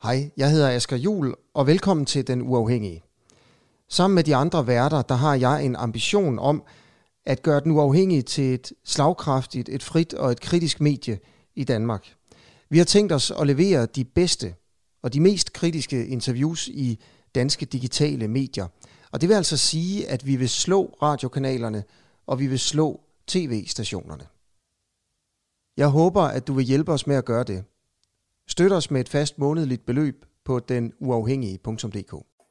Hej, jeg hedder Asger Juhl, og velkommen til Den Uafhængige. Sammen med de andre værter, der har jeg en ambition om at gøre Den Uafhængige til et slagkraftigt, et frit og et kritisk medie i Danmark. Vi har tænkt os at levere de bedste og de mest kritiske interviews i danske digitale medier. Og det vil altså sige, at vi vil slå radiokanalerne, og vi vil slå tv-stationerne. Jeg håber, at du vil hjælpe os med at gøre det. Støt os med et fast månedligt beløb på denuafhængige.dk.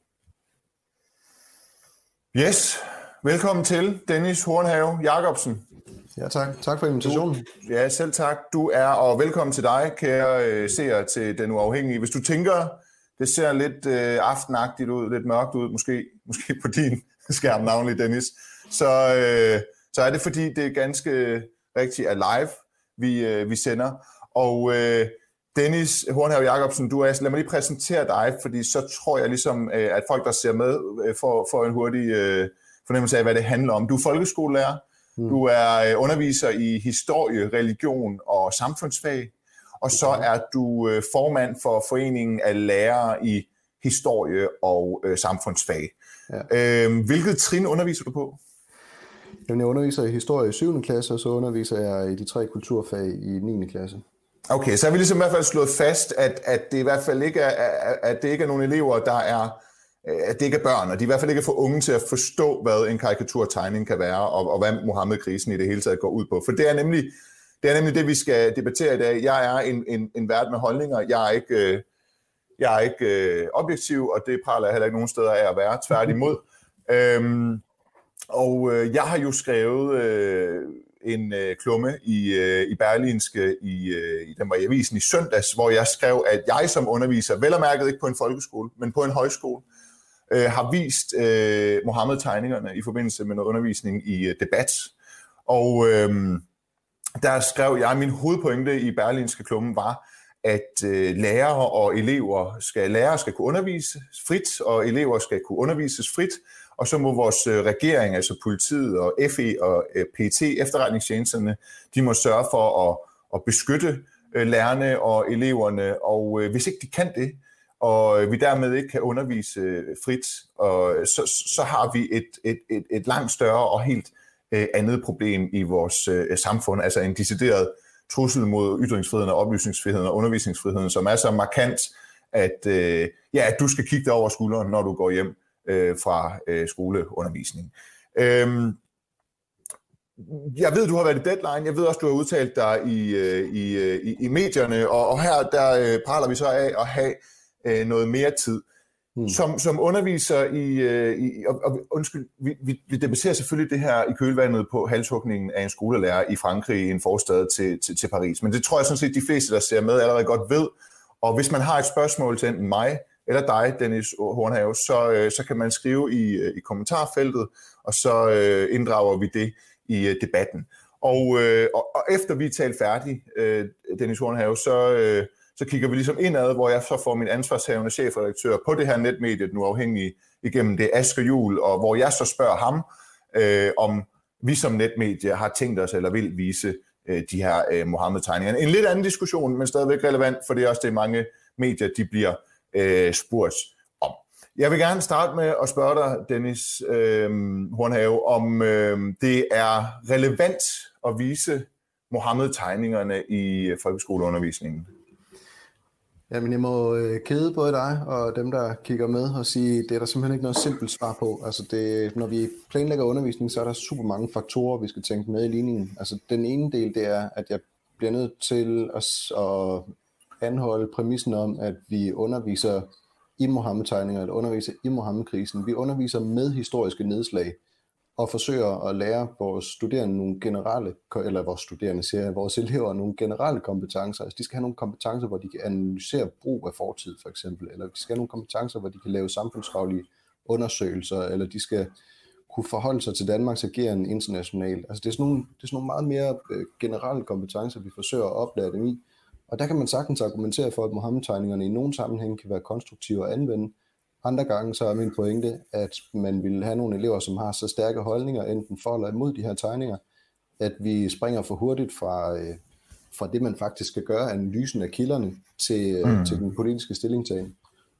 Yes, velkommen til Dennis Hornhave Jacobsen. Ja, tak. Tak for invitationen. Ja, selv tak. Du er, og velkommen til dig, kære seere til Den Uafhængige. Hvis du tænker, det ser lidt aftenagtigt ud, lidt mørkt ud, måske på din skærm navnlig, Dennis, så er det fordi, det er ganske rigtigt er live, vi sender. Og Dennis Hornhave Jacobsen, lad mig lige præsentere dig, fordi så tror jeg ligesom, at folk, der ser med, får en hurtig fornemmelse af, hvad det handler om. Du er folkeskolelærer, du er underviser i historie, religion og samfundsfag, og så er du formand for Foreningen af Lærere i Historie og Samfundsfag. Ja. Hvilket trin underviser du på? Jamen, jeg underviser i historie i 7. klasse, og så underviser jeg i de 3 kulturfag i 9. klasse. Okay, så har vi ligesom i hvert fald slået fast, at det i hvert fald ikke er, at det ikke er nogle elever, at det ikke er børn, og de i hvert fald ikke er for unge til at forstå, hvad en karikaturtegning kan være, og hvad Muhammed-krisen i det hele taget går ud på. For det er nemlig det, vi skal debattere i dag. Jeg er en vært med holdninger. Jeg er ikke objektiv, og det praler jeg heller ikke nogen steder af at være, tværtimod. Jeg har jo skrevet en klumme i Berlingske, den var i avisen i søndags, hvor jeg skrev, at jeg som underviser, vel og mærket ikke på en folkeskole, men på en højskole, har vist Muhammed-tegningerne i forbindelse med noget undervisning i debat. Og der skrev jeg, min hovedpointe i Berlingske klummen var, at lærere og elever skal kunne undervise frit, og elever skal kunne undervises frit, og så må vores regering, altså politiet og FE og PET, efterretningstjenesterne, de må sørge for at beskytte lærerne og eleverne, og hvis ikke de kan det, og vi dermed ikke kan undervise frit, så har vi et langt større og helt andet problem i vores samfund, altså en decideret trussel mod ytringsfriheden og oplysningsfriheden og undervisningsfriheden, som er så markant, at du skal kigge dig over skulderen, når du går hjem fra skoleundervisning. Jeg ved, du har været i Deadline. Jeg ved også, du har udtalt dig i medierne, og her der praler vi så af at have noget mere tid. Som underviser undskyld, vi debatterer selvfølgelig det her i kølvandet på halshugningen af en skolelærer i Frankrig i en forstad til Paris. Men det tror jeg sådan set, de fleste, der ser med, allerede godt ved. Og hvis man har et spørgsmål til enten mig eller dig, Dennis Hornhave, så kan man skrive i kommentarfeltet, og så inddrager vi det i debatten. Og efter vi er talt færdig, Dennis Hornhave, så kigger vi ligesom indad, hvor jeg så får min ansvarshavende chefredaktør på det her netmedie, Den Uafhængige, igennem det Asger Juhl, og hvor jeg så spørger ham, om vi som netmedie har tænkt os eller vil vise de her Muhammed-tegninger. En lidt anden diskussion, men stadigvæk relevant, for det er også det, mange medier de bliver spurgt om. Jeg vil gerne starte med at spørge dig, Dennis Hornhave, om det er relevant at vise Muhammed-tegningerne i folkeskoleundervisningen. Jamen, jeg må kede både dig og dem, der kigger med, og sige, det er der simpelthen ikke noget simpelt svar på. Altså når vi planlægger undervisning, så er der super mange faktorer, vi skal tænke med i ligningen. Altså den ene del, det er, at jeg bliver nødt til at anholde præmissen om, at vi underviser i Muhammed-tegninger, eller underviser i Muhammed-krisen. Vi underviser med historiske nedslag, og forsøger at lære vores studerende nogle generelle, eller vores elever nogle generelle kompetencer. Altså de skal have nogle kompetencer, hvor de kan analysere brug af fortid, for eksempel, eller de skal have nogle kompetencer, hvor de kan lave samfundsfaglige undersøgelser, eller de skal kunne forholde sig til Danmarks ageren internationalt. Altså det er sådan nogle meget mere generelle kompetencer, vi forsøger at oplære dem i. Og der kan man sagtens argumentere for, at Muhammed-tegningerne i nogle sammenhæng kan være konstruktive at anvende. Andre gange så er min pointe, at man vil have nogle elever, som har så stærke holdninger, enten for eller imod de her tegninger, at vi springer for hurtigt fra det, man faktisk skal gøre, analysen af kilderne til den politiske stillingtagen.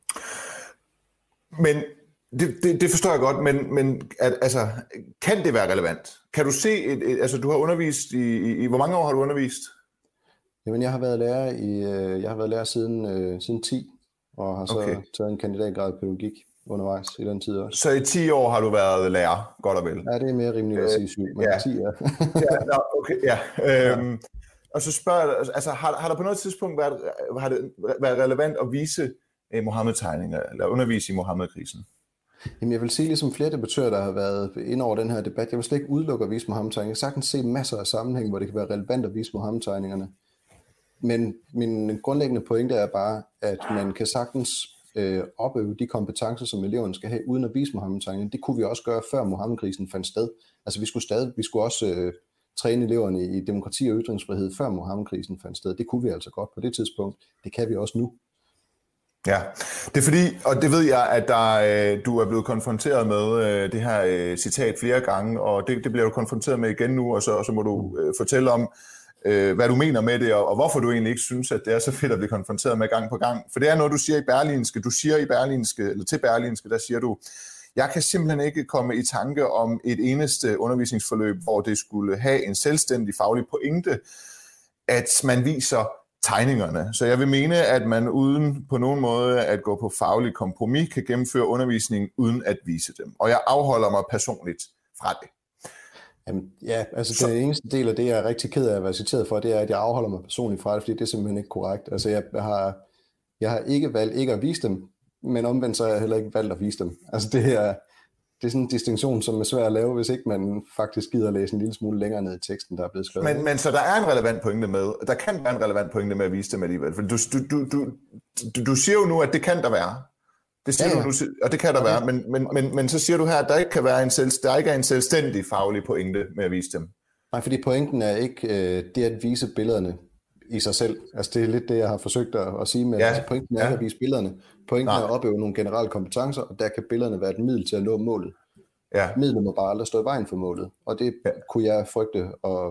Men det forstår jeg godt, men altså, kan det være relevant? Kan du se, altså du har undervist i hvor mange år har du undervist? Jamen, jeg har været lærer siden 10, og har så taget en kandidatgrad i pædagogik undervejs i den tid også. Så i 10 år har du været lærer, godt og vel? Ja, det er mere rimeligt at sige 7, men 10 er. Og så spørger jeg, altså har der på noget tidspunkt været relevant at vise Mohammed-tegninger, eller undervise i Mohammed-krisen? Jamen, jeg vil sige, ligesom flere debattører, der har været ind over den her debat, jeg vil slet ikke udelukke at vise Mohammed-tegninger. Jeg kan sagtens se masser af sammenhæng, hvor det kan være relevant at vise Mohammed-tegningerne. Men min grundlæggende pointe er bare, at man kan sagtens opøve de kompetencer, som eleverne skal have, uden at vise Mohammed-tegningerne. Det kunne vi også gøre, før Mohammed-krisen fandt sted. Altså, vi skulle også træne eleverne i demokrati og ytringsfrihed, før Mohammed-krisen fandt sted. Det kunne vi altså godt på det tidspunkt. Det kan vi også nu. Ja, det er fordi, og det ved jeg, at du er blevet konfronteret med det her citat flere gange, og det bliver du konfronteret med igen nu, og så må du fortælle om, hvad du mener med det, og hvorfor du egentlig ikke synes, at det er så fedt at blive konfronteret med gang på gang. For det er noget, du siger i Berlingske. Du siger i Berlingske, eller til Berlingske, der siger du, jeg kan simpelthen ikke komme i tanke om et eneste undervisningsforløb, hvor det skulle have en selvstændig faglig pointe, at man viser tegningerne. Så jeg vil mene, at man uden på nogen måde at gå på faglig kompromis kan gennemføre undervisning uden at vise dem. Og jeg afholder mig personligt fra det. Jamen, ja, altså den eneste del af det, jeg er rigtig ked af at være citeret for, det er, at jeg afholder mig personligt fra det, fordi det er simpelthen ikke korrekt. Altså jeg har ikke valgt ikke at vise dem, men omvendt så har jeg heller ikke valgt at vise dem. Altså det er sådan en distinktion, som er svær at lave, hvis ikke man faktisk gider at læse en lille smule længere ned i teksten, der er blevet skrevet. Men så der er en relevant pointe med, der kan være en relevant pointe med at vise dem alligevel. For du siger jo nu, at det kan der være. Det siger du, og det kan der være, men så siger du her, at der ikke kan være der ikke er en selvstændig faglig pointe med at vise dem. Nej, fordi pointen er ikke det at vise billederne i sig selv. Altså det er lidt det, jeg har forsøgt at sige med, altså pointen er ikke at vise billederne. Pointen er at opøve nogle generelle kompetencer, og der kan billederne være et middel til at nå målet. Ja. Midlet må bare aldrig stå i vejen for målet, og det kunne jeg frygte,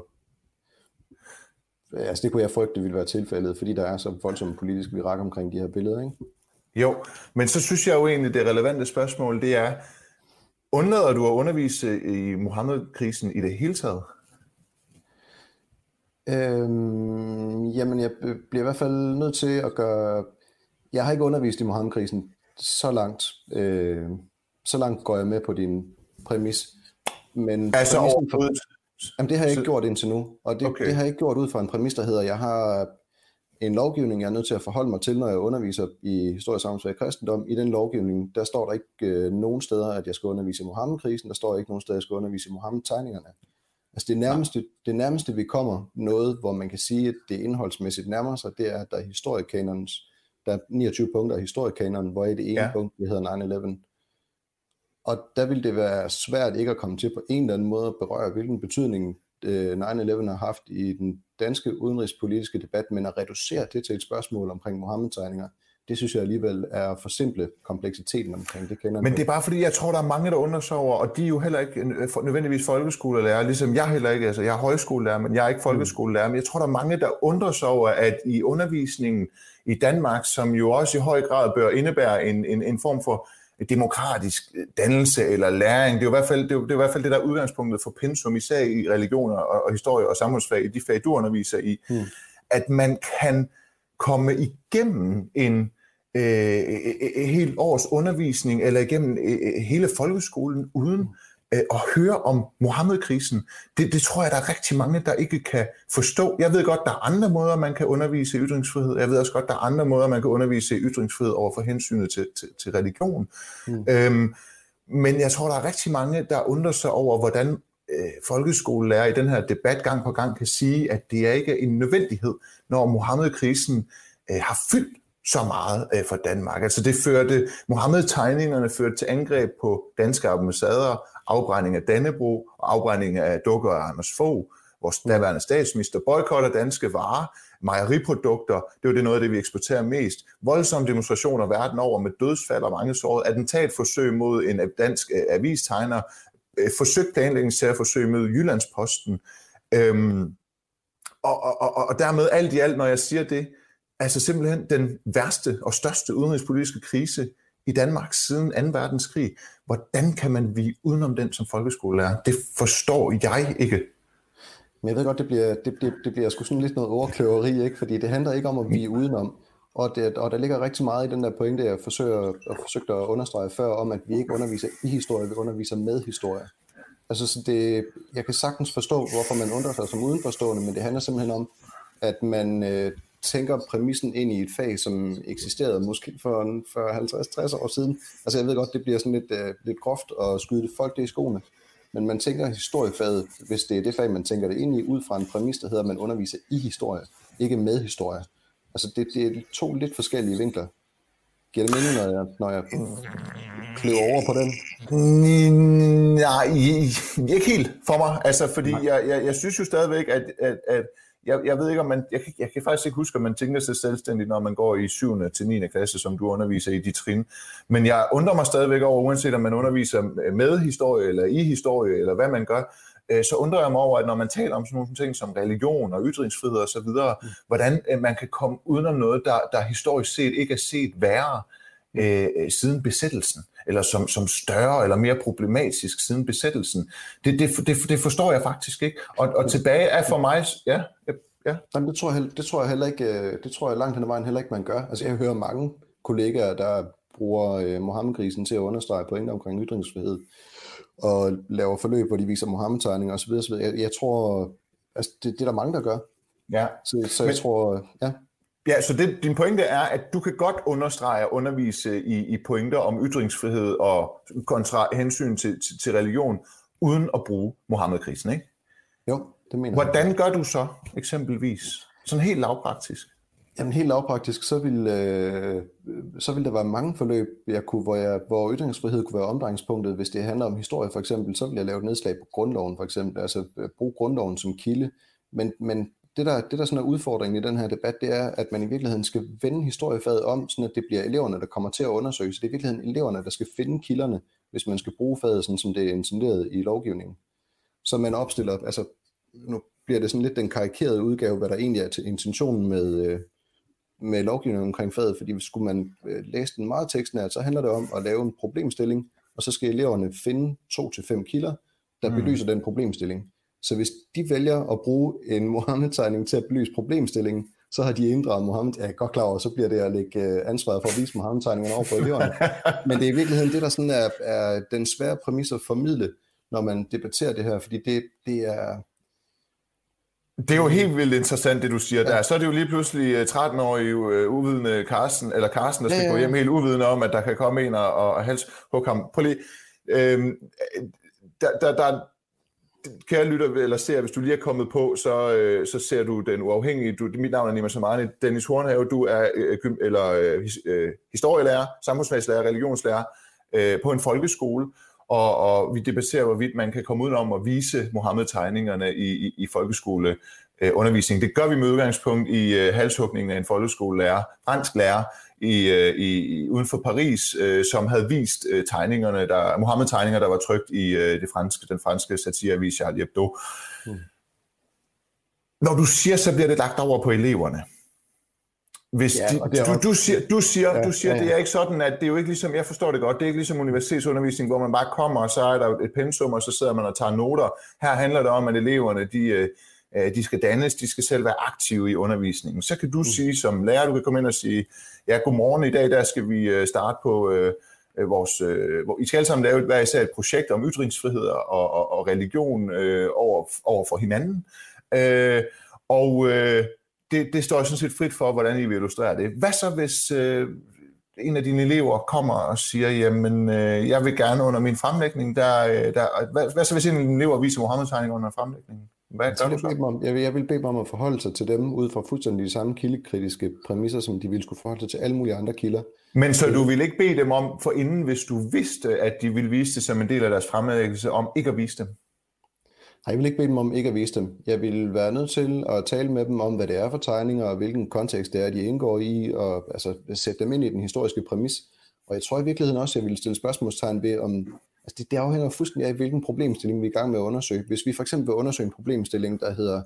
ville være tilfældet, fordi der er så voldsomt politisk virak omkring de her billeder, ikke? Jo, men så synes jeg jo egentlig, det relevante spørgsmål, det er, undlader du at undervise i Mohammed-krisen i det hele taget? Jamen, jeg bliver i hvert fald nødt til at gøre... Jeg har ikke undervist i Mohammed-krisen så langt. Så langt går jeg med på din præmis. Men altså overhovedet? Jamen, det har jeg ikke gjort indtil nu. Og det har jeg ikke gjort ud fra en præmis, der hedder, jeg har en lovgivning, jeg er nødt til at forholde mig til, når jeg underviser i historie, samfundsfag og kristendom. I den lovgivning, der står der ikke nogen steder, at jeg skal undervise i Mohammed-krisen. Der står ikke nogen steder, at jeg skal undervise i Mohammed-tegningerne. Altså det nærmeste, vi kommer noget, hvor man kan sige, at det indholdsmæssigt nærmer sig, det er, at der er historiekanonens, der er 29 punkter af historiekanonen, hvor i det ene punkt, det hedder 9/11. Og der vil det være svært ikke at komme til på en eller anden måde at berøre, hvilken betydning 9/11 har haft i den danske udenrigspolitiske debat, men at reducere det til et spørgsmål omkring Mohammed-tegninger, det synes jeg alligevel er at forsimple kompleksiteten omkring det. Men det er bare fordi, jeg tror, der er mange, der undrer sig over, og de er jo heller ikke nødvendigvis folkeskolelærer, ligesom jeg heller ikke, altså jeg er højskolelærer, men jeg er ikke folkeskolelærer, men jeg tror, der er mange, der undrer sig over, at i undervisningen i Danmark, som jo også i høj grad bør indebære en form for demokratisk dannelse eller læring, det er i hvert fald det, der er udgangspunktet for pensum, især i religioner og historie og samfundsfag, i de fag, du underviser i, at man kan komme igennem en helt års undervisning, eller igennem hele folkeskolen, uden at høre om Mohammed-krisen. Det tror jeg, der er rigtig mange, der ikke kan forstå. Jeg ved godt, der er andre måder, man kan undervise i ytringsfrihed. Jeg ved også godt, der er andre måder, man kan undervise i ytringsfrihed over for hensynet til religion. Men jeg tror, der er rigtig mange, der undrer sig over, hvordan folkeskolelærer i den her debat gang på gang kan sige, at det er ikke en nødvendighed, når Mohammed-krisen har fyldt så meget for Danmark. Altså det førte, Mohammed-tegningerne førte til angreb på danske ambassader, afbrænding af Dannebrog og afbrænding af dukker af Anders Fogh, vores daværende statsminister, boykotter danske varer, mejeriprodukter, det er jo noget af det, vi eksporterer mest, voldsomme demonstrationer verden over med dødsfald og mange sårede, attentatforsøg mod en dansk avistegner, planlægningssagforsøg mod Jyllandsposten, Og dermed alt i alt, når jeg siger det, altså simpelthen den værste og største udenrigspolitiske krise i Danmark siden 2. verdenskrig. Hvordan kan man vige udenom den som folkeskolelærer? Det forstår jeg ikke. Men jeg ved godt, det bliver sgu sådan lidt noget overkløveri, ikke? Fordi det handler ikke om at vige udenom. Og der ligger rigtig meget i den der pointe, jeg forsøgte at understrege før, om at vi ikke underviser i historie, vi underviser med historie. Altså, så jeg kan sagtens forstå, hvorfor man undrer sig som udenforstående, men det handler simpelthen om, at man tænker præmissen ind i et fag, som eksisterede måske for 50-60 år siden. Altså jeg ved godt, det bliver sådan lidt groft at skyde folk det i skoene, men man tænker historiefaget, hvis det er det fag, man tænker det ind i, ud fra en præmis, der hedder, at man underviser i historie, ikke med historie. Altså det er to lidt forskellige vinkler. Giver det mening, når jeg kløver over på den? Nej, ikke helt for mig. Altså, fordi jeg synes jo stadigvæk, at jeg ved ikke, om man... Jeg kan faktisk ikke huske, om man tænker sig selvstændigt, når man går i 7. til 9. klasse, som du underviser i de trin. Men jeg undrer mig stadigvæk over, uanset om man underviser med historie, eller i historie, eller hvad man gør, så undrer jeg mig over, at når man taler om sådan nogle ting som religion og ytringsfrihed og så videre, hvordan man kan komme udenom noget, der historisk set ikke er set værre siden besættelsen, eller som større eller mere problematisk siden besættelsen. Det forstår jeg faktisk ikke. Og tilbage er for mig... Ja. Jamen, det tror jeg heller ikke, det tror jeg langt hen ad vejen heller ikke, man gør. Altså jeg hører mange kollegaer, der bruger Mohammed-krisen til at understrege pointer omkring ytringsfrihed, og laver forløb, hvor de viser Mohammed-tegninger osv. Jeg tror, altså det er der mange, der gør. Ja. Så jeg tror, ja. Ja, så din pointe er, at du kan godt understrege og undervise i pointer om ytringsfrihed og kontra hensyn til religion, uden at bruge Mohammed-krisen, ikke? Jo, det mener jeg. Hvordan gør du så eksempelvis? Sådan helt lavpraktisk. Jamen helt lavpraktisk, så vil der være mange forløb, hvor ytringsfrihed kunne være omdrejningspunktet. Hvis det handler om historie for eksempel, så vil jeg lave et nedslag på grundloven for eksempel, altså bruge grundloven som kilde. Men det der sådan er udfordringen i den her debat, det er, at man i virkeligheden skal vende historiefaget om, sådan at det bliver eleverne, der kommer til at undersøge. Så det er i virkeligheden eleverne, der skal finde kilderne, hvis man skal bruge faget, sådan som det er intenderet i lovgivningen. Så man opstiller, altså nu bliver det sådan lidt den karikerede udgave, hvad der egentlig er til intentionen med lovgivningen omkring faget, fordi skulle man læse den meget tekstnært, så handler det om at lave en problemstilling, og så skal eleverne finde 2-5 kilder, der belyser den problemstilling. Så hvis de vælger at bruge en Mohammed-tegning til at belyse problemstillingen, så har de inddraget Mohammed. Jeg er godt klar over, så bliver det at lægge ansvaret for at vise Mohammed-tegningerne over på eleverne. Men det er i virkeligheden det, der sådan er den svære præmis at formidle, når man debatterer det her, fordi det er... Det er jo helt vildt interessant, det du siger der. Så er det jo lige pludselig 13-årige uvidende Carsten, der skal gå hjem helt uvidende om, at der kan komme en og halshugge ham. Prøv lige... Kære lytter eller ser, hvis du lige er kommet på, så ser du Den Uafhængige. Mit navn er Nima Samani. Dennis Hornhave, du er historielærer, samfundsfagslærer, religionslærer på en folkeskole, og vi debatterer, hvorvidt man kan komme ud om at vise Mohammed-tegningerne i folkeskoleundervisning. Det gør vi med udgangspunkt i halshugningen af en folkeskolelærer, fransk lærer, uden for Paris, som havde vist Mohammed-tegninger, der var trykt i den franske satireavis Charlie Hebdo. Når du siger, så bliver det lagt over på eleverne. Hvis du siger, det er ikke sådan, at det er jo ikke ligesom, jeg forstår det godt, det er ikke ligesom universitetsundervisning, hvor man bare kommer, og så er der et pensum, og så sidder man og tager noter. Her handler det om, at eleverne, de skal dannes, de skal selv være aktive i undervisningen. Så kan du sige som lærer, du kan komme ind og sige, ja, godmorgen, i dag der skal vi starte på I skal alle sammen lave hver især et projekt om ytringsfrihed og religion over for hinanden. Det står sådan set frit for, hvordan I vil illustrere det. Hvad så, hvis en af dine elever kommer og siger, jamen, jeg vil gerne under min fremlægning, hvad så, hvis en af dine elever viser Mohammed-tegninger under fremlægningen? Jeg vil bede dem om at forholde sig til dem ud fra fuldstændig de samme kildekritiske præmisser, som de ville skulle forholde sig til alle mulige andre kilder. Men så du ville ikke bede dem om, forinden, hvis du vidste, at de ville vise det som en del af deres fremlæggelse, om ikke at vise dem? Nej, jeg vil ikke bede dem om ikke at vise dem. Jeg vil være nødt til at tale med dem om, hvad det er for tegninger, og hvilken kontekst det er, de indgår i, og altså sætte dem ind i den historiske præmis. Og jeg tror i virkeligheden også, at jeg vil stille spørgsmålstegn ved, om altså det afhænger fuldstændig af, hvilken problemstilling vi er i gang med at undersøge. Hvis vi for eksempel vil undersøge en problemstilling, der hedder,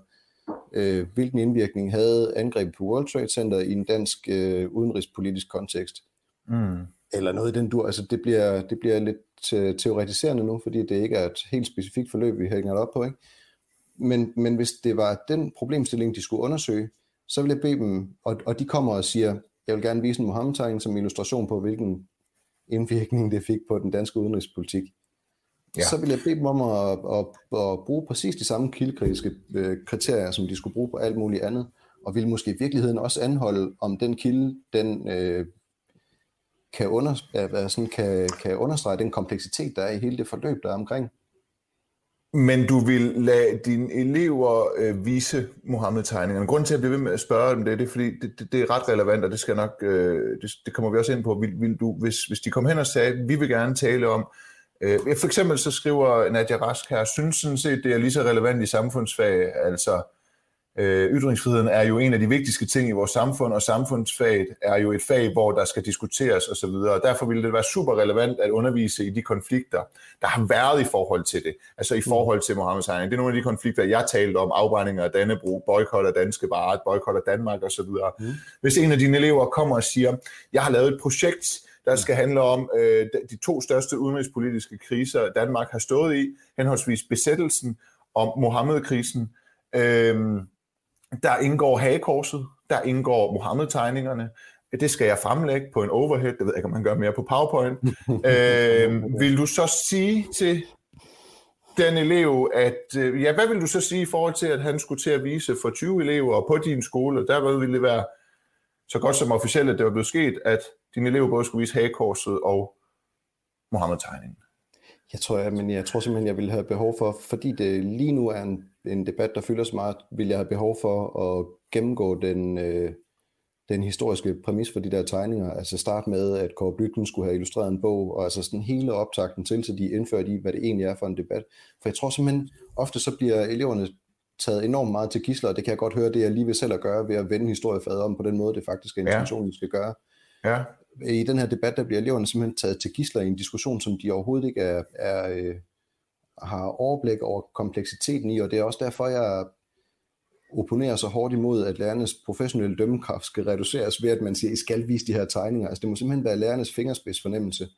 hvilken indvirkning havde angrebet på World Trade Center i en dansk udenrigspolitisk kontekst. Eller noget i den dur. Altså det bliver lidt teoretiserende nu, fordi det ikke er et helt specifikt forløb, vi hænger det op på, ikke? Men hvis det var den problemstilling, de skulle undersøge, så vil jeg bede dem, og de kommer og siger, jeg vil gerne vise en Muhammed-tegning som illustration på, hvilken indvirkning det fik på den danske udenrigspolitik. Ja. Så vil jeg bede dem om at bruge præcis de samme kildekritiske kriterier, som de skulle bruge på alt muligt andet, og vil måske i virkeligheden også anholde, om den kilde, den kan understrege den kompleksitet, der er i hele det forløb, der er omkring. Men du vil lade dine elever vise Muhammed-tegningerne. Grunden til, at jeg bliver ved med at spørge dem det er fordi det er ret relevant, og det skal nok, det kommer vi også ind på. Vil du, hvis de kom hen og sagde, at vi vil gerne tale om, for eksempel så skriver Nadia Rask her, synes sådan set, det er lige så relevant i samfundsfag, altså ytringsfriheden er jo en af de vigtigste ting i vores samfund, og samfundsfaget er jo et fag, hvor der skal diskuteres osv., og derfor ville det være super relevant at undervise i de konflikter, der har været i forhold til det, altså i forhold til Muhammed-tegningen. Det er nogle af de konflikter, jeg talte om, afbrændinger af Dannebrog, boykot af danske varer, boykot af Danmark osv. Hvis en af dine elever kommer og siger, jeg har lavet et projekt, der skal handle om de 2 største udenrigspolitiske kriser, Danmark har stået i, henholdsvis besættelsen og Muhammed-krisen. Der indgår hagekorset, der indgår Muhammed-tegningerne. Det skal jeg fremlægge på en overhead, det ved jeg ikke, om man gør mere på PowerPoint. Vil du så sige til den elev, at hvad vil du så sige i forhold til, at han skulle til at vise for 20 elever på din skole, der ville det være så godt som officielt, at det var blevet sket, at dine elever både skulle vise hagekorset og Muhammed-tegningen? Jeg tror simpelthen, jeg vil have behov for, fordi det lige nu er en debat, der fylder så meget, vil jeg have behov for at gennemgå den historiske præmis for de der tegninger. Altså starte med, at Kåre Blytgen skulle have illustreret en bog, og altså sådan hele optakten til, så de indfører i, hvad det egentlig er for en debat. For jeg tror simpelthen, ofte så bliver eleverne taget enormt meget til gidsler, og det kan jeg godt høre, det jeg lige vil selv at gøre ved at vende historiefaget om på den måde, det faktisk er intentionen, vi skal gøre. Ja. I den her debat, der bliver eleverne simpelthen taget til gidsler i en diskussion, som de overhovedet ikke har overblik over kompleksiteten i, og det er også derfor, jeg opponerer så hårdt imod, at lærernes professionelle dømmekraft skal reduceres ved, at man siger, I skal vise de her tegninger. Altså det må simpelthen være lærernes fingerspidsfornemmelse,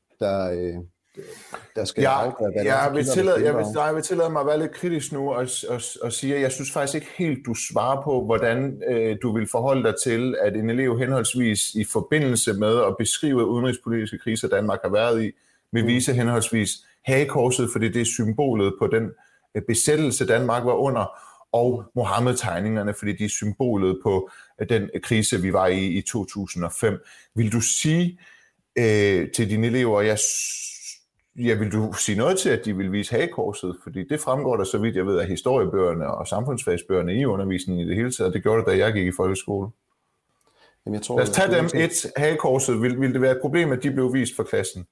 der skal afgøre, hvad jeg vil tillade mig at være lidt kritisk nu og sige, at jeg synes faktisk ikke helt, du svarer på, hvordan du vil forholde dig til, at en elev henholdsvis i forbindelse med at beskrive udenrigspolitiske kriser, Danmark har været i, vil vise henholdsvis hagekorset, fordi det er symbolet på den besættelse, Danmark var under, og Muhammed-tegningerne, fordi de er symbolet på den krise, vi var i 2005. Vil du sige til dine elever, vil du sige noget til, at de vil vise hagekorset? Fordi det fremgår der, så vidt jeg ved, af historiebøgerne og samfundsfagsbøgerne i undervisningen i det hele taget. Det gjorde det, da jeg gik i folkeskole. Jamen, jeg tror, lad os tage dem hagekorset. Vil det være et problem, at de blev vist for klassen?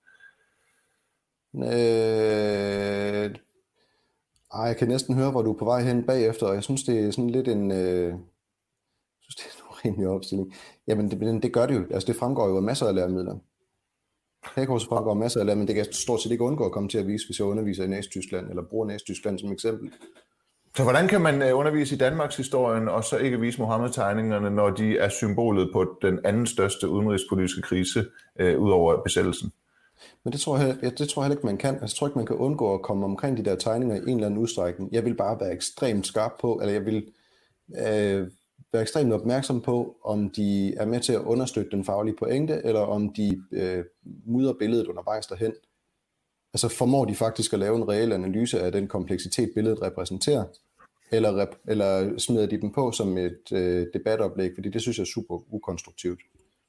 Jeg kan næsten høre, hvor du er på vej hen bagefter, og jeg synes, det er sådan lidt en rimelig opstilling. Jamen, det gør det jo. Altså, det fremgår jo af masser af læremidler. Hagekorset fremgår af masser af læremidler, men det kan stort set ikke undgå at komme til at vise, hvis jeg underviser i Nazi-Tyskland, eller bruger Nazi-Tyskland som eksempel. Så hvordan kan man undervise i Danmarks historien, og så ikke vise Muhammed-tegningerne, når de er symbolet på den anden største udenrigspolitiske krise, ud over besættelsen? Men det tror jeg heller ikke, man kan. Altså, jeg tror ikke, man kan undgå at komme omkring de der tegninger i en eller anden udstrækning. Jeg vil bare være ekstremt skarp på, eller jeg vil være ekstremt opmærksom på, om de er med til at understøtte den faglige pointe, eller om de mudrer billedet undervejs derhen. Altså formår de faktisk at lave en reel analyse af den kompleksitet, billedet repræsenterer, eller smider de dem på som et debatoplæg, fordi det synes jeg er super ukonstruktivt.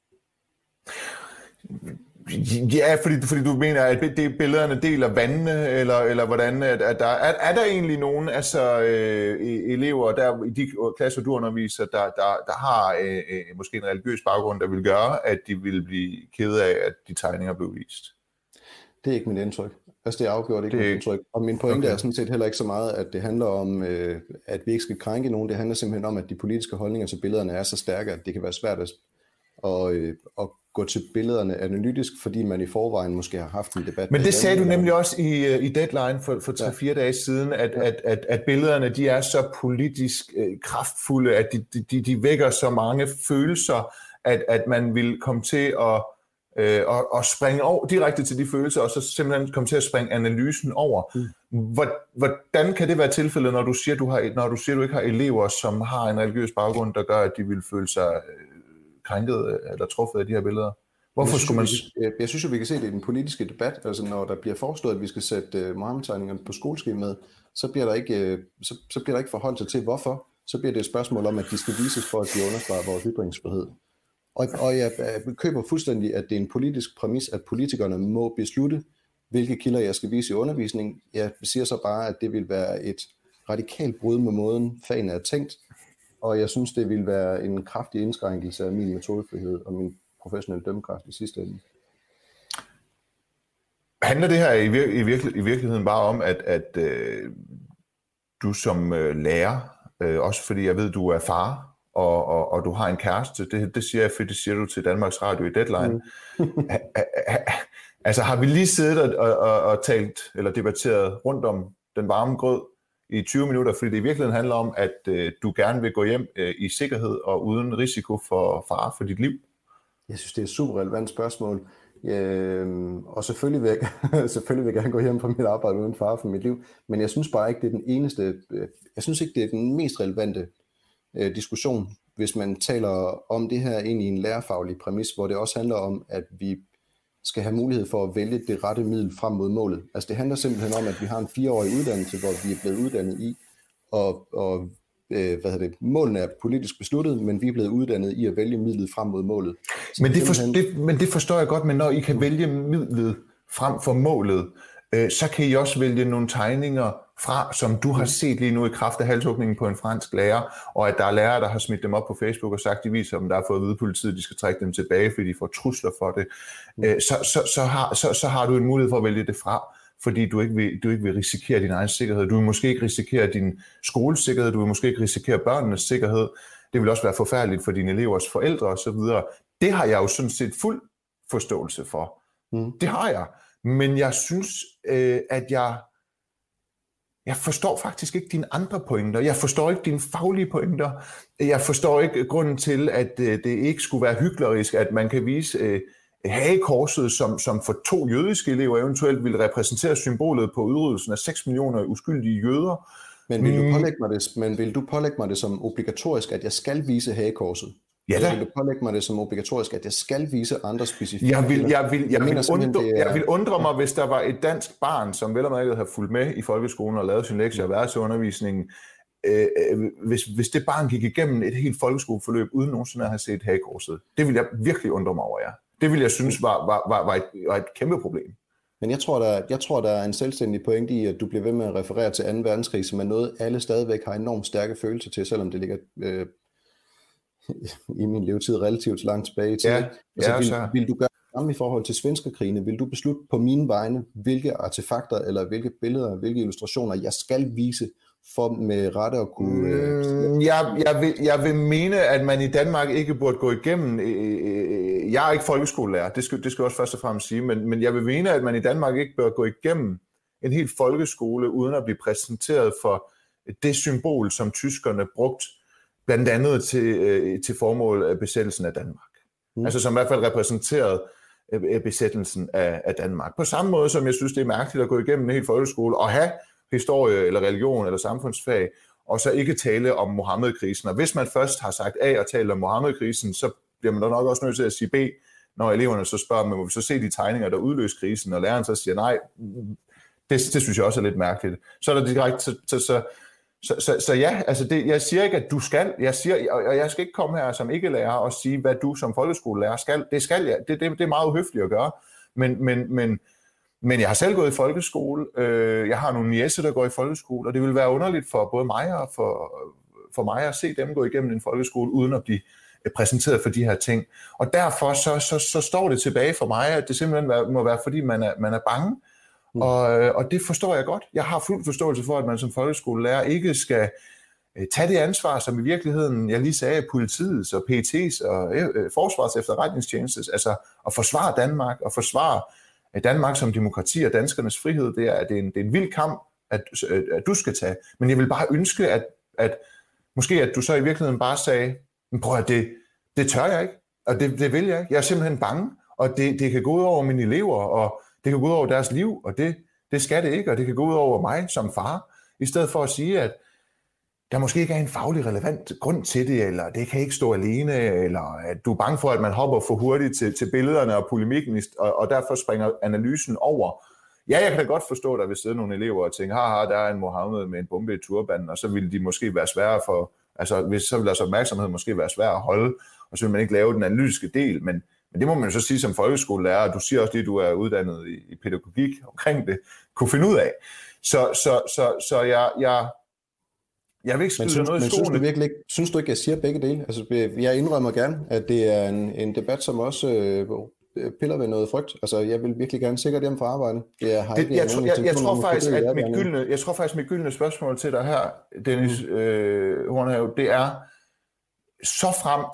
Ja, fordi du mener, at det billederne deler vandene, eller hvordan at der er der egentlig nogen elever der i de klasser du underviser, der har måske en religiøs baggrund, der vil gøre, at de vil blive kede af, at de tegninger blev vist? Det er ikke mit indtryk. Altså det er afgjort ikke mit indtryk. Og min pointe er sådan set heller ikke så meget, at det handler om, at vi ikke skal krænke nogen. Det handler simpelthen om, at de politiske holdninger til billederne er så stærke, at det kan være svært at gå til billederne analytisk, fordi man i forvejen måske har haft en debat. Men det sagde du nemlig også i Deadline for 3-4 dage siden, at billederne de er så politisk kraftfulde, at de vækker så mange følelser, at man vil komme til at springe over direkte til de følelser, og så simpelthen komme til at springe analysen over. Hvordan kan det være tilfældet, når du siger, du ikke har elever, som har en religiøs baggrund, der gør, at de vil føle sig krænket eller truffet af de her billeder? Hvorfor skulle man... Jeg synes jo, vi kan se det i den politiske debat. Altså, når der bliver foreslået, at vi skal sætte Muhammed-tegningerne på skoleskemaet, så bliver der ikke forholdt sig til, hvorfor. Så bliver det et spørgsmål om, at de skal vises for, at de understreger vores ytringsfrihed. Og jeg køber fuldstændig, at det er en politisk præmis, at politikerne må beslutte, hvilke kilder jeg skal vise i undervisning. Jeg siger så bare, at det vil være et radikalt brud med måden, fagene er tænkt, og jeg synes, det vil være en kraftig indskrænkelse af min metodefrihed og min professionelle dømmekraft i sidste ende. Handler det her i virkeligheden bare om, at du som lærer, også fordi jeg ved, du er far, og du har en kæreste, det siger jeg, for det siger du til Danmarks Radio i Deadline. Altså har vi lige siddet og talt eller debatteret rundt om den varme grød i 20 minutter, fordi det i virkeligheden handler om, at du gerne vil gå hjem i sikkerhed og uden risiko for fare for dit liv? Jeg synes, det er et super relevant spørgsmål. Og selvfølgelig vil jeg gerne gå hjem fra mit arbejde uden fare for mit liv, men jeg synes bare ikke, det er den eneste, jeg synes ikke, det er den mest relevante diskussion, hvis man taler om det her ind i en lærerfaglig præmis, hvor det også handler om, at vi skal have mulighed for at vælge det rette middel frem mod målet. Altså det handler simpelthen om, at vi har en 4-årig uddannelse, hvor vi er blevet uddannet i, og målene er politisk besluttet, men vi er blevet uddannet i at vælge midlet frem mod målet. Men det forstår jeg godt, men når I kan vælge midlet frem for målet, så kan I også vælge nogle tegninger fra, som du har set lige nu i kraft af halshugningen på en fransk lærer, og at der er lærere, der har smidt dem op på Facebook og sagt, de viser dem, der har fået at vide politiet, de skal trække dem tilbage, fordi de får trusler for det. Så har du en mulighed for at vælge det fra, fordi du ikke vil risikere din egen sikkerhed. Du vil måske ikke risikere din skoles sikkerhed, du vil måske ikke risikere børnenes sikkerhed. Det vil også være forfærdeligt for dine elevers forældre osv. Det har jeg jo sådan set fuld forståelse for. Det har jeg. Men jeg synes, at jeg forstår faktisk ikke dine andre pointer. Jeg forstår ikke dine faglige pointer. Jeg forstår ikke grunden til, at det ikke skulle være hyklerisk, at man kan vise hagekorset, som for 2 jødiske elever eventuelt ville repræsentere symbolet på udryddelsen af 6 millioner uskyldige jøder. Men vil du pålægge mig det som obligatorisk, at jeg skal vise hagekorset? Ja da. Vil du pålægge mig det som obligatorisk, at jeg skal vise andre specifikke? Jeg vil undre mig, hvis der var et dansk barn, som vel og mærket havde fulgt med i folkeskolen og lavet sin lektier og været til undervisningen, hvis det barn gik igennem et helt folkeskoleforløb uden nogensinde at have set hagekorset. Det vil jeg virkelig undre mig over, ja. Det vil jeg synes var et kæmpe problem. Men jeg tror, der er en selvstændig pointe i, at du bliver ved med at referere til 2. verdenskrig, som er noget, alle stadigvæk har enormt stærke følelser til, selvom det ligger i min levetid relativt langt tilbage i tiden. Vil du gøre det samme i forhold til svenskerkrigene? Vil du beslutte på mine vegne, hvilke artefakter, eller hvilke billeder, hvilke illustrationer, jeg skal vise, for med rette at kunne... Jeg vil mene, at man i Danmark ikke burde gå igennem... Jeg er ikke folkeskolelærer, det skal jeg også først og fremmest sige, men jeg vil mene, at man i Danmark ikke bør gå igennem en helt folkeskole, uden at blive præsenteret for det symbol, som tyskerne brugte, blandt andet til formål af besættelsen af Danmark. Altså som i hvert fald repræsenterede besættelsen af Danmark. På samme måde, som jeg synes, det er mærkeligt at gå igennem en helt folkeskole og have historie eller religion eller samfundsfag, og så ikke tale om Mohammed-krisen. Og hvis man først har sagt A og talt om Mohammed-krisen, så bliver man da nok også nødt til at sige B, når eleverne så spørger, men må vi så se de tegninger, der udløser krisen, og læreren så siger nej. Det synes jeg også er lidt mærkeligt. Så er der direkte... Så ja, altså jeg siger ikke, at du skal. Jeg siger, og jeg skal ikke komme her som ikke-lærer og sige, hvad du som folkeskolelærer skal. Det skal jeg. Det er meget uhøfligt at gøre. Men jeg har selv gået i folkeskole. Jeg har nogle niece, der går i folkeskole, og det vil være underligt for både mig og for mig at se dem gå igennem en folkeskole, uden at blive præsenteret for de her ting. Og derfor så står det tilbage for mig, at det simpelthen må være, fordi man er bange. Og det forstår jeg godt. Jeg har fuld forståelse for, at man som folkeskolelærer ikke skal tage det ansvar, som i virkeligheden, jeg lige sagde, politiets og PET's og Forsvarets efterretningstjenestes, altså at forsvare Danmark og forsvare Danmark som demokrati og danskernes frihed. Det er en vild kamp, at du skal tage. Men jeg vil bare ønske, at måske at du så i virkeligheden bare sagde, prøv at det tør jeg ikke, og det vil jeg ikke. Jeg er simpelthen bange, og det kan gå ud over mine elever, og det kan gå ud over deres liv, og det skal det ikke, og det kan gå ud over mig som far, i stedet for at sige, at der måske ikke er en faglig relevant grund til det, eller det kan ikke stå alene, eller at du er bange for, at man hopper for hurtigt til billederne og polemikken, og derfor springer analysen over. Ja, jeg kan da godt forstå, at der vil sidde nogle elever og tænke, der er en Mohammed med en bombe i turbanen, og så vil de måske være svære så vil deres opmærksomhed måske være svær at holde, og så vil man ikke lave den analytiske del, men det må man jo så sige som folkeskolelærer, og du siger også det, du er uddannet i pædagogik omkring det, kunne finde ud af. Så jeg vil ikke skyde noget i skoene. Synes du ikke, jeg siger begge dele? Altså, jeg indrømmer gerne, at det er en debat, som også piller ved noget frygt. Altså, jeg vil virkelig gerne sikre dem for arbejde. Jeg tror faktisk, mit gyldne spørgsmål til dig her, Dennis Hornhave, det er så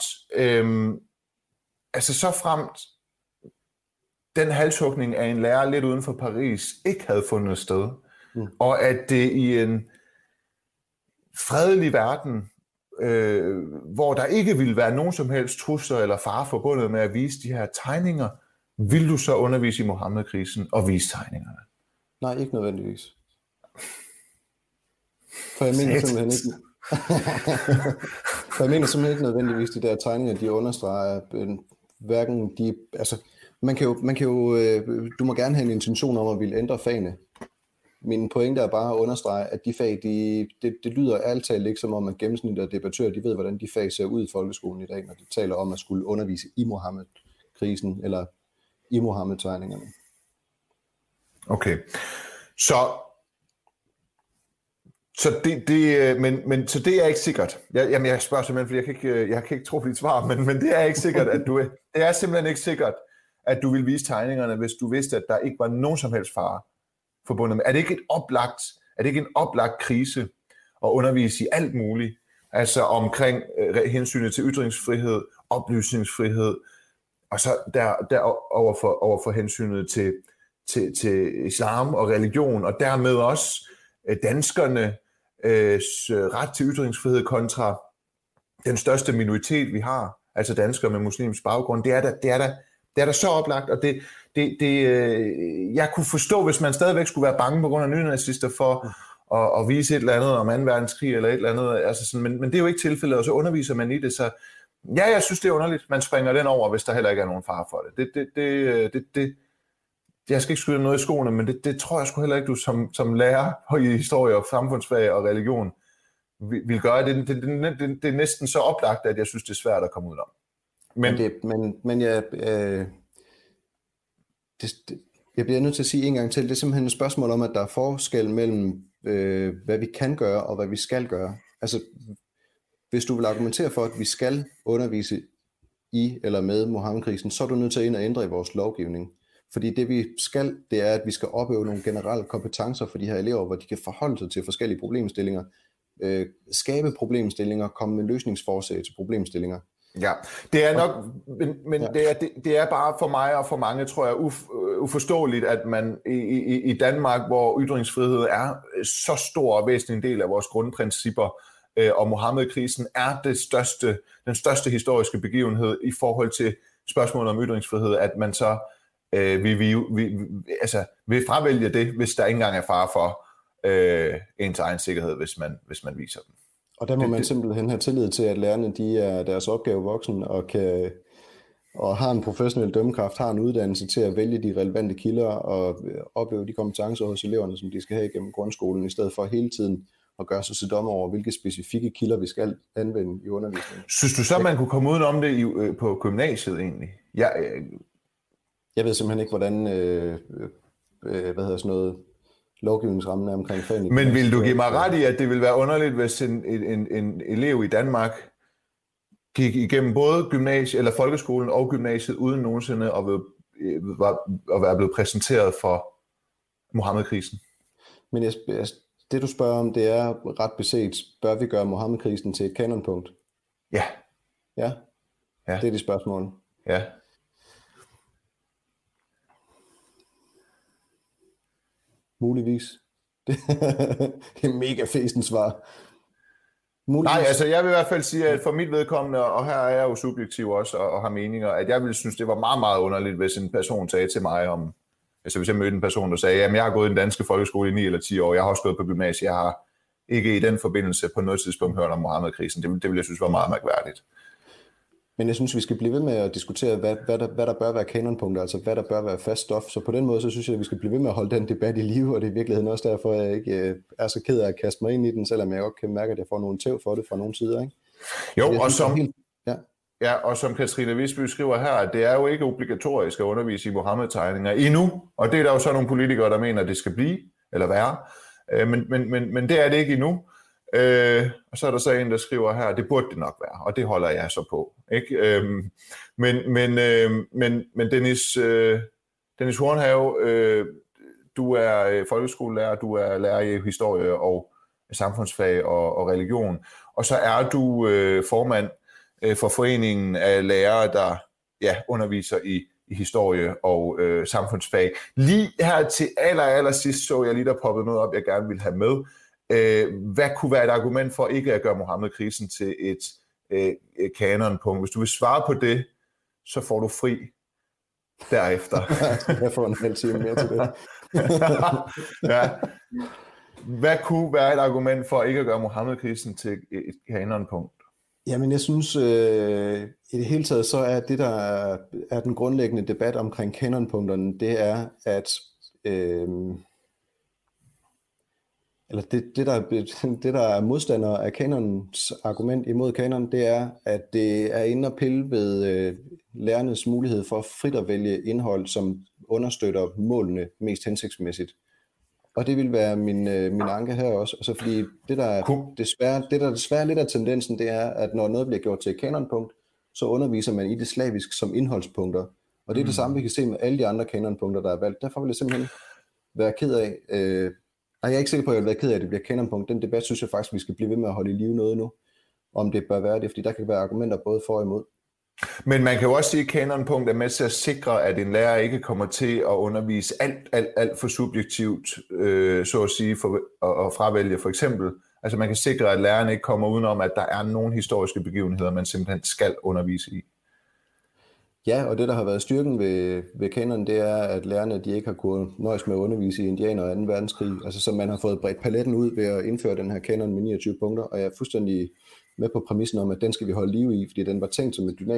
fremt den halshugning af en lærer lidt uden for Paris ikke havde fundet sted, og at det i en fredelig verden, hvor der ikke ville være nogen som helst trusler eller fare forbundet med at vise de her tegninger, vil du så undervise i Mohammed-krisen og vise tegningerne? Nej, ikke nødvendigvis. For jeg mener simpelthen ikke... For jeg mener simpelthen ikke nødvendigvis, de der tegninger, de understreger hverken de... Altså, man kan jo du må gerne have en intention om at ville ændre fagene. Min pointe er bare at understrege, at de fag, det lyder ærligt talt ikke som om, at gennemsnitlige debattører, de ved, hvordan de fag ser ud i folkeskolen i dag, når de taler om at skulle undervise i Mohammed-krisen, eller i Mohammed-tegningerne. Okay. Så det er ikke sikkert. Jeg spørger simpelthen, fordi jeg kan ikke tro på dit svar, men det er ikke sikkert, det er simpelthen ikke sikkert, at du vil vise tegningerne, hvis du vidste, at der ikke var nogen som helst fare forbundet med. Er det ikke en oplagt krise at undervise i alt muligt? Altså omkring hensynet til ytringsfrihed, oplysningsfrihed, og så der over for hensynet til islam og religion, og dermed også danskerne ret til ytringsfrihed kontra den største minoritet, vi har, altså danskere med muslimsk baggrund. Det er da så oplagt, og jeg kunne forstå, hvis man stadigvæk skulle være bange på grund af nynazister for at vise et eller andet om 2. verdenskrig eller et eller andet, altså sådan, men det er jo ikke tilfældet, og så underviser man i det, så ja, jeg synes, det er underligt, man springer den over, hvis der heller ikke er nogen fare for det. Jeg skal ikke skyde noget i skoene, men det tror jeg sgu heller ikke, du som lærer i historie og samfundsfag og religion vil gøre. Det er næsten så oplagt, at jeg synes, det er svært at komme ud om. Jeg bliver nødt til at sige en gang til, det er simpelthen et spørgsmål om, at der er forskel mellem, hvad vi kan gøre og hvad vi skal gøre. Altså, hvis du vil argumentere for, at vi skal undervise i eller med Mohammed-krisen, så er du nødt til at ind og ændre i vores lovgivning. Fordi det vi skal, det er, at vi skal opøve nogle generelle kompetencer for de her elever, hvor de kan forholde sig til forskellige problemstillinger, skabe problemstillinger, komme med løsningsforslag til problemstillinger. Ja, det er nok, men ja. det er bare for mig og for mange, tror jeg, uforståeligt, at man i Danmark, hvor ytringsfrihed er så stor og væsentlig del af vores grundprincipper, og Mohammed-krisen er den største historiske begivenhed i forhold til spørgsmålet om ytringsfrihed, at man så vil fravælge det, hvis der ikke engang er fare for ens egen sikkerhed, hvis man viser dem. Og der må man simpelthen have tillid til, at lærerne de er deres opgave voksen og har en professionel dømmekraft, har en uddannelse til at vælge de relevante kilder og opleve de kompetencer hos eleverne, som de skal have igennem grundskolen, i stedet for hele tiden at gøre sig til dommer over, hvilke specifikke kilder vi skal anvende i undervisningen. Synes du så, man kunne komme udenom det på gymnasiet egentlig? Jeg ved simpelthen ikke, hvordan lovgivningsrammen er omkring fagene. Men vil du give mig ret i, at det vil være underligt, hvis en elev i Danmark gik igennem både gymnasiet eller folkeskolen og gymnasiet uden nogensinde at være blevet præsenteret for Mohammed-krisen? Men Det du spørger om, det er ret beset, bør vi gøre Mohammed-krisen til et kanonpunkt? Ja. Ja? Ja. Det er det spørgsmål. Ja. Muligvis. Det er mega fæsent svar. Muligvis. Nej, altså jeg vil i hvert fald sige, at for mit vedkommende, og her er jeg jo subjektiv også og har meninger, at jeg ville synes, det var meget, meget underligt, hvis en person sagde til mig om, altså hvis jeg mødte en person, der sagde, jamen jeg har gået i den danske folkeskole i 9 eller 10 år, jeg har også gået på gymnasiet, jeg har ikke i den forbindelse på noget tidspunkt hørt om Mohammed-krisen. Det ville jeg synes var meget mærkværdigt. Men jeg synes, vi skal blive ved med at diskutere, hvad der bør være kanonpunkter, altså hvad der bør være fast stof. Så på den måde, så synes jeg, at vi skal blive ved med at holde den debat i live, og det er i virkeligheden også derfor, at jeg ikke er så ked af at kaste mig ind i den, selvom jeg godt kan mærke, at jeg får nogle tæv for det fra nogle sider. Ikke? Jo, og som... Ja, og som Katrine Visby skriver her, at det er jo ikke obligatorisk at undervise i Mohammed-tegninger endnu, og det er der jo så nogle politikere, der mener, at det skal blive, eller være, men det er det ikke endnu. Og så er der så en, der skriver her, at det burde det nok være, og det holder jeg så på. Ikke? Men Dennis Hornhave, du er folkeskolelærer, du er lærer i historie og samfundsfag og religion, og så er du formand for foreningen af lærere, der underviser i historie og samfundsfag. Lige her til aller sidst så jeg lige, der poppede noget op, jeg gerne ville have med. Hvad kunne være et argument for ikke at gøre Mohammed-krisen til et kanonpunkt? Hvis du vil svare på det, så får du fri derefter. Jeg får en halv time mere til det. Ja. Hvad kunne være et argument for ikke at gøre Mohammed-krisen til et kanonpunkt? Jamen jeg synes, i det hele taget, så er det, der er den grundlæggende debat omkring kanonpunkterne, det er, at eller det der er modstandere af kanonens argument imod kanon, det er, at det er inde og pille ved lærernes mulighed for frit at vælge indhold, som understøtter målene mest hensigtsmæssigt. Og det vil være min anke her også. Altså fordi det der desværre lidt af tendensen, det er, at når noget bliver gjort til et kanonpunkt, så underviser man i det slavisk som indholdspunkter. Og det er det samme, vi kan se med alle de andre kanonpunkter, der er valgt. Derfor vil jeg simpelthen være ked af... jeg er ikke sikker på, at jeg vil være ked af, at det bliver kanonpunkt. Den debat synes jeg faktisk, vi skal blive ved med at holde i live noget nu, om det bør være det, fordi der kan være argumenter både for og imod. Men man kan jo også sige, at kanonpunkt er med til at sikre, at en lærer ikke kommer til at undervise alt for subjektivt, så at sige, at fravælge for eksempel. Altså man kan sikre, at læreren ikke kommer udenom, at der er nogle historiske begivenheder, man simpelthen skal undervise i. Ja, og det der har været styrken ved kanon, det er, at lærerne de ikke har kunnet nøjes med at undervise i indianer og 2. verdenskrig. Altså så man har fået bredt paletten ud ved at indføre den her kanon med 29 punkter, og jeg er fuldstændig med på præmissen om, at den skal vi holde liv i, fordi den var tænkt som et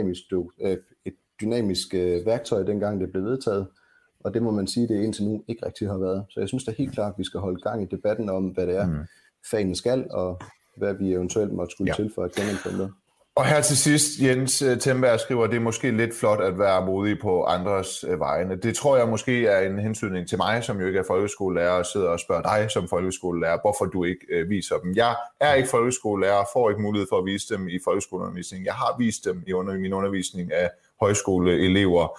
dynamisk værktøj, dengang det blev vedtaget. Og det må man sige, det indtil nu ikke rigtig har været. Så jeg synes da helt klart, at vi skal holde gang i debatten om, hvad det er, fagene skal, og hvad vi eventuelt måtte skulle til for at kanon. Og her til sidst, Jens Temberg skriver, at det er måske lidt flot at være modig på andres vegne. Det tror jeg måske er en hensynning til mig, som jo ikke er folkeskolelærer, og sidder og spørger dig som folkeskolelærer, hvorfor du ikke viser dem. Jeg er ikke folkeskolelærer og får ikke mulighed for at vise dem i folkeskoleundervisning. Jeg har vist dem i min undervisning af højskoleelever.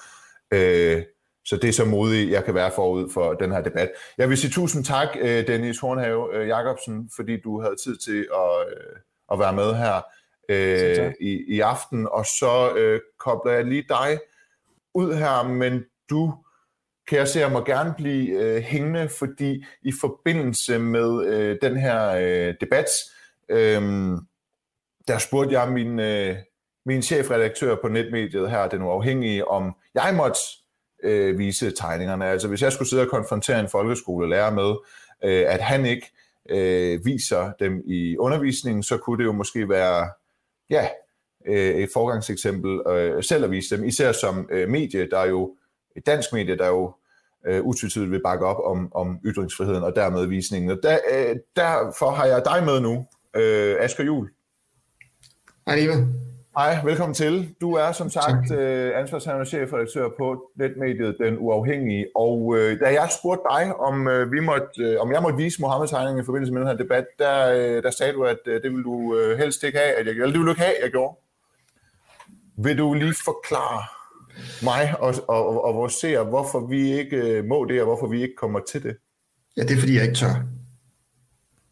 Så det er så modigt, jeg kan være forud for den her debat. Jeg vil sige tusind tak, Dennis Hornhave Jacobsen, fordi du havde tid til at være med her i aften, og så kobler jeg lige dig ud her, men du, kan jeg se, må gerne blive hængende, fordi i forbindelse med den her debat, der spurgte jeg min chefredaktør på netmediet her, Den Uafhængige, om jeg måtte vise tegningerne. Altså hvis jeg skulle sidde og konfrontere en folkeskolelærer med, at han ikke viser dem i undervisningen, så kunne det jo måske være et forgangseksempel selv at vise dem, især som medie, der er jo et dansk medie, der jo utvetydigt vil bakke op om ytringsfriheden og dermed visningen. Og derfor har jeg dig med nu, Asger Juhl. Hej Eva. Hej, velkommen til. Du er som sagt ansvarshavende chefredaktør på netmediet Den Uafhængige, og da jeg spurgte dig, om jeg måtte vise Mohammed-tegningen i forbindelse med den her debat, der sagde du, at det ville du helst ikke have, at jeg gjorde. Eller det ville du ikke have, jeg gjorde. Vil du lige forklare mig og vores seere, hvorfor vi ikke må det, og hvorfor vi ikke kommer til det? Ja, det er fordi, jeg ikke tør.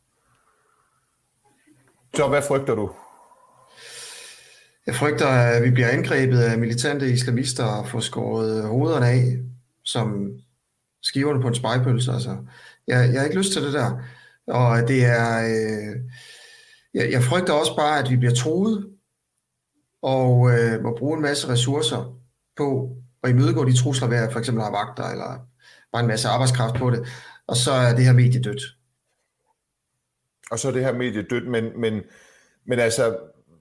Så hvad frygter du? Jeg frygter, at vi bliver angrebet af militante islamister og får skåret hovederne af, som skiverne på en spegepølse. Altså. Jeg har ikke lyst til det der. Og det er... jeg frygter også bare, at vi bliver truet og må bruge en masse ressourcer på at imødegå de trusler ved at for eksempel have vagter eller bare en masse arbejdskraft på det. Og så er det her medie dødt. Og så er det her medie dødt, men altså...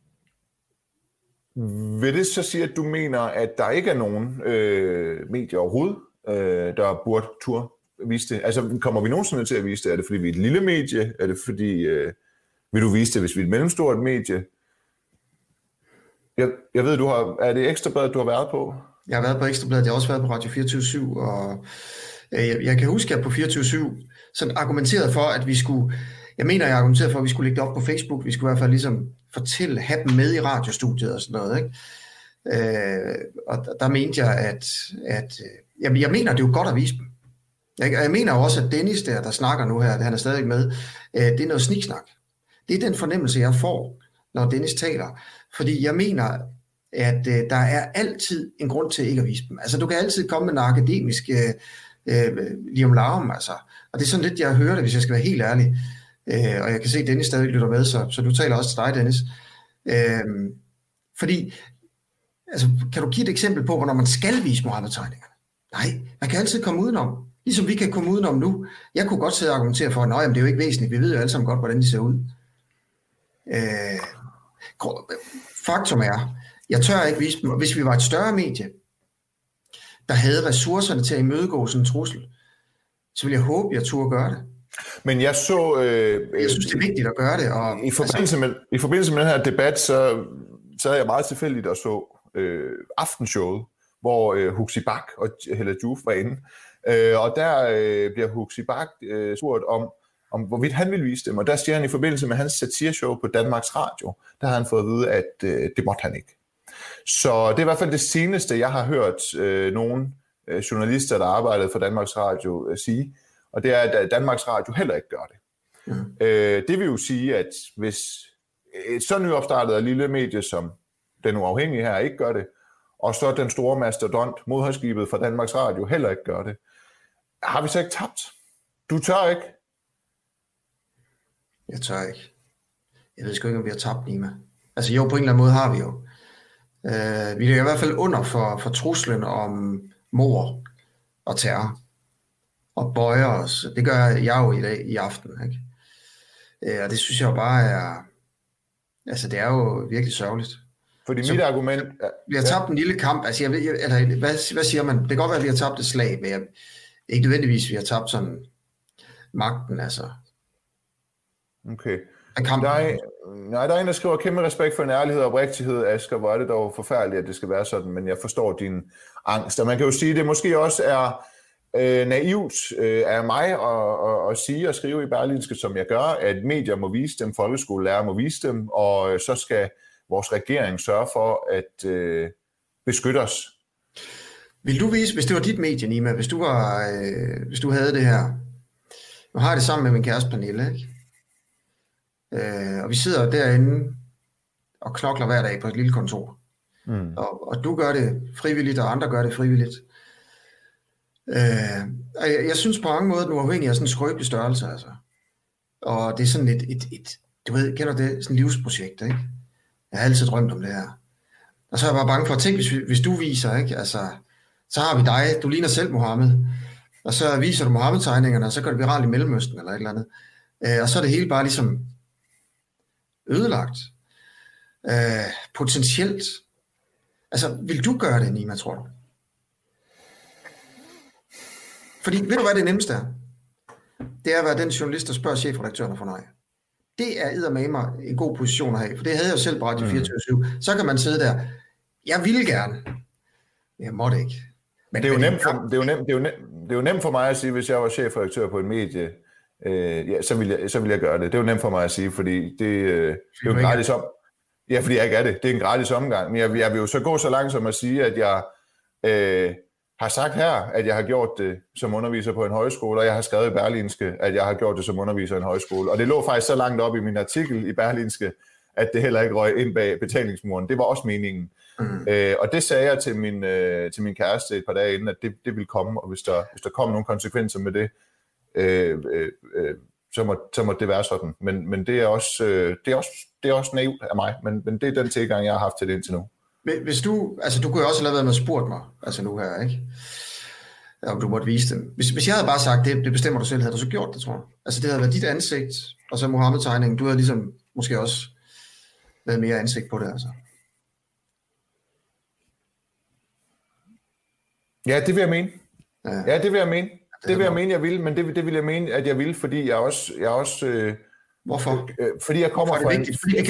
Vil det så sige, at du mener, at der ikke er nogen medier overhovedet, der burde turde vise det? Altså, kommer vi nogensinde til at vise det? Er det, fordi vi er et lille medie? Er det, fordi... vil du vise det, hvis vi er et mellemstort medie? Jeg ved, er det Ekstrabladet, du har været på? Jeg har været på Ekstrabladet, jeg har også været på Radio 24/7, og jeg kan huske, at på 24/7 sådan argumenterede for, at vi skulle... Jeg argumenterede for, at vi skulle lægge det op på Facebook. Vi skulle i hvert fald ligesom have dem med i radiostudiet og sådan noget, ikke? Og der mente jeg, at jeg mener, det er jo godt at vise dem. Jeg mener jo også, at Dennis der snakker nu her, han er stadig med, det er noget sniksnak. Det er den fornemmelse, jeg får, når Dennis taler. Fordi jeg mener, at der er altid en grund til ikke at vise dem. Altså, du kan altid komme med en akademisk lium larum, altså. Og det er sådan lidt, jeg hører det, hvis jeg skal være helt ærlig. Og jeg kan se, at Dennis stadig lytter med, så du taler også til dig, Dennis. Fordi, altså, kan du give et eksempel på, hvornår man skal vise Muhammed-tegningerne? Nej, man kan altid komme udenom. Ligesom vi kan komme udenom nu. Jeg kunne godt sidde og argumentere for, at det er jo ikke væsentligt. Vi ved jo alle sammen godt, hvordan de ser ud. Faktum er, jeg tør ikke vise dem. Hvis vi var et større medie, der havde ressourcerne til at imødegå sådan en trussel, så ville jeg håbe, at jeg turde gøre det. Men jeg så... jeg synes, det er vigtigt at gøre det. Og, I forbindelse med den her debat, så havde jeg meget tilfældigt og så Aftenshowet, hvor Huxi Bach og Hella Juf var inde. Og der bliver Huxi Bach spurgt om hvorvidt han ville vise dem. Og der siger han i forbindelse med hans satireshow på Danmarks Radio, der har han fået at vide, at det måtte han ikke. Så det er i hvert fald det seneste, jeg har hørt nogle journalister, der arbejdede for Danmarks Radio, sige. Og det er, at Danmarks Radio heller ikke gør det. Mm. Det vil jo sige, at hvis et så nyopstartet og lille medie som Den Uafhængige her ikke gør det, og så den store mastodont, moderskibet fra Danmarks Radio, heller ikke gør det, har vi så ikke tabt? Du tør ikke? Jeg tør ikke. Jeg ved sgu ikke, om vi har tabt, Nima. Altså jo, på en eller anden måde har vi jo. Vi er i hvert fald under for truslen om mord og terror. Og bøjer os. Det gør jeg jo i dag, i aften, ikke? Og det synes jeg jo bare er... Altså, det er jo virkelig sørgeligt. Fordi mit argument... Vi har tabt en lille kamp. Altså, hvad siger man? Det kan godt være, at vi har tabt et slag, men ikke nødvendigvis, vi har tabt sådan magten, altså. Okay. Der er en, der skriver, kæmpe respekt for en ærlighed og oprigtighed, Asger. Hvor er det dog forfærdeligt, at det skal være sådan, men jeg forstår din angst. Og man kan jo sige, at det måske også er naivt af mig at sige og skrive i Berlingske, som jeg gør, at medier må vise dem, folkeskolelærer må vise dem, og så skal vores regering sørge for at beskytte os. Vil du vise, hvis det var dit medie, Nima, hvis du havde det her, nu har jeg det sammen med min kæreste Pernille, ikke? Og vi sidder derinde og knokler hver dag på et lille kontor. Mm. Og du gør det frivilligt, og andre gør det frivilligt. Jeg synes på mange måder, at Den Uafhængige er sådan en skrøbelig størrelse, altså. Og det er sådan et du ved, kender det, sådan et livsprojekt, ikke? Jeg har altid drømt om det her. Og så er jeg bare bange for at tænke, hvis du viser, ikke? Altså, så har vi dig, du ligner selv Mohammed, og så viser du Mohammed-tegningerne, og så går det viralt i Mellemøsten, eller et eller andet. Og så er det hele bare ligesom ødelagt. Potentielt. Altså, vil du gøre det, Nima, tror du? Fordi, ved du hvad det nemmeste er? Det er at være den journalist, der spørger chefredaktøren for nej. Det er eddermame en god position at have, for det havde jeg jo selv på Radio 24/7. Så kan man sidde der, jeg ville gerne, jeg måtte ikke. Men det er jo nemt for mig at sige, hvis jeg var chefredaktør på et medie, så vil jeg gøre det. Det er jo nemt for mig at sige, fordi det er jo en gratis fordi jeg ikke er det. Det er en gratis omgang. Men jeg vil jo så gå så langt som at sige, at jeg har sagt her, at jeg har gjort det som underviser på en højskole, og jeg har skrevet i Berlingske, at jeg har gjort det som underviser i en højskole. Og det lå faktisk så langt op i min artikel i Berlingske, at det heller ikke røg ind bag betalingsmuren. Det var også meningen. Og det sagde jeg til min kæreste et par dage inden, at det ville komme, og hvis der kom nogle konsekvenser med det, så må det være sådan. Men det er også naivt af mig, men det er den tilgang, jeg har haft til det indtil nu. Hvis du, altså du kunne jo også have lavet med at spurgt mig, altså nu her, ikke? Om du måtte vise dem. Hvis jeg havde bare sagt, det bestemmer du selv, havde du så gjort det, tror jeg. Altså det havde været dit ansigt, og så Mohammed-tegningen, du havde ligesom måske også været mere ansigt på det, altså. Ja, det vil jeg mene. Ja, det vil jeg mene. Det vil jeg mene, jeg vil, men det vil jeg mene, at jeg vil, fordi jeg også hvorfor? Fordi jeg kommer fra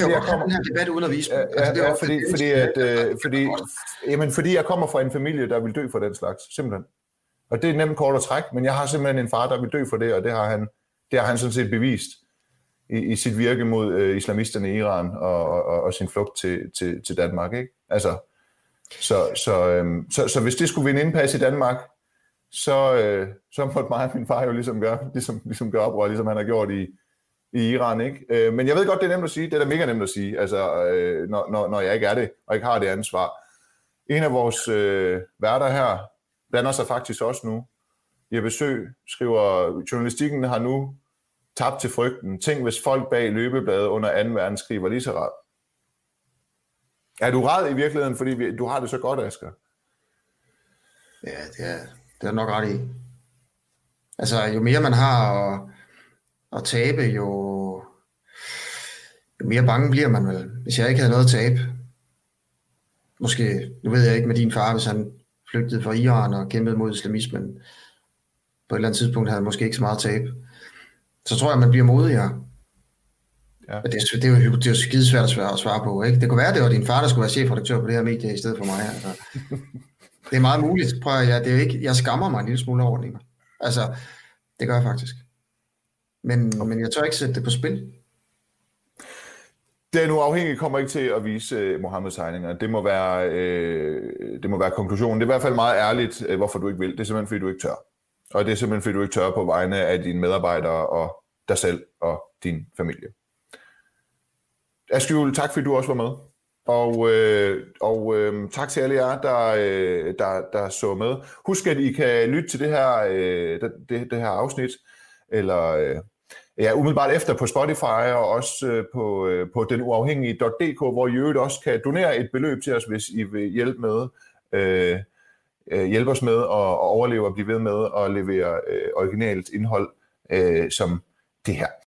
fordi jeg kommer fra en familie, der vil dø for den slags, simpelthen. Og det er nemt kort at trække, men jeg har simpelthen en far, der vil dø for det, og det har han sådan set bevist i sit virke mod islamisterne i Iran og sin flugt til Danmark, ikke? Altså, så hvis det skulle vinde indpas i Danmark, så måtte mig og min far jo ligesom gøre oprør, ligesom han har gjort i Iran, ikke? Men jeg ved godt, det er nemt at sige. Det er da mega nemt at sige, altså, når jeg ikke er det, og ikke har det ansvar. En af vores værter her blander sig faktisk også nu. Jeppe Sø skriver, journalistikken har nu tabt til frygten. Tænk, hvis folk bag løbebladet under 2. verdenskrig var lige så ræd. Er du ræd i virkeligheden, fordi du har det så godt, Asger? Ja, det er nok ret i. Altså, jo mere man har at tabe, jo mere bange bliver man vel. Hvis jeg ikke havde noget at tabe, måske, nu ved jeg ikke med din far, hvis han flygtede fra Iran og kæmpede mod islamismen, på et eller andet tidspunkt havde han måske ikke så meget at tabe. Så tror jeg, man bliver modigere. Ja. Det er jo skidesvært at svare på, ikke? Det kunne være, det var din far, der skulle være chefredaktør på det her medie, i stedet for mig. Altså. Det er meget muligt, det er ikke, jeg skammer mig en lille smule over det. Altså, det gør jeg faktisk. Men jeg tør ikke sætte det på spil. Den uafhængige kommer ikke til at vise Mohammeds tegninger. Det må være konklusionen. Det er i hvert fald meget ærligt, hvorfor du ikke vil. Det er simpelthen, fordi du ikke tør. Og det er simpelthen, fordi du ikke tør på vegne af dine medarbejdere og dig selv og din familie. Asger, tak fordi du også var med. Og tak til alle jer, der så med. Husk, at I kan lytte til det her afsnit, eller umiddelbart efter på Spotify, og også på denuafhængige.dk, hvor I øvrigt også kan donere et beløb til os, hvis I vil hjælpe os med at overleve og blive ved med at levere originalt indhold som det her.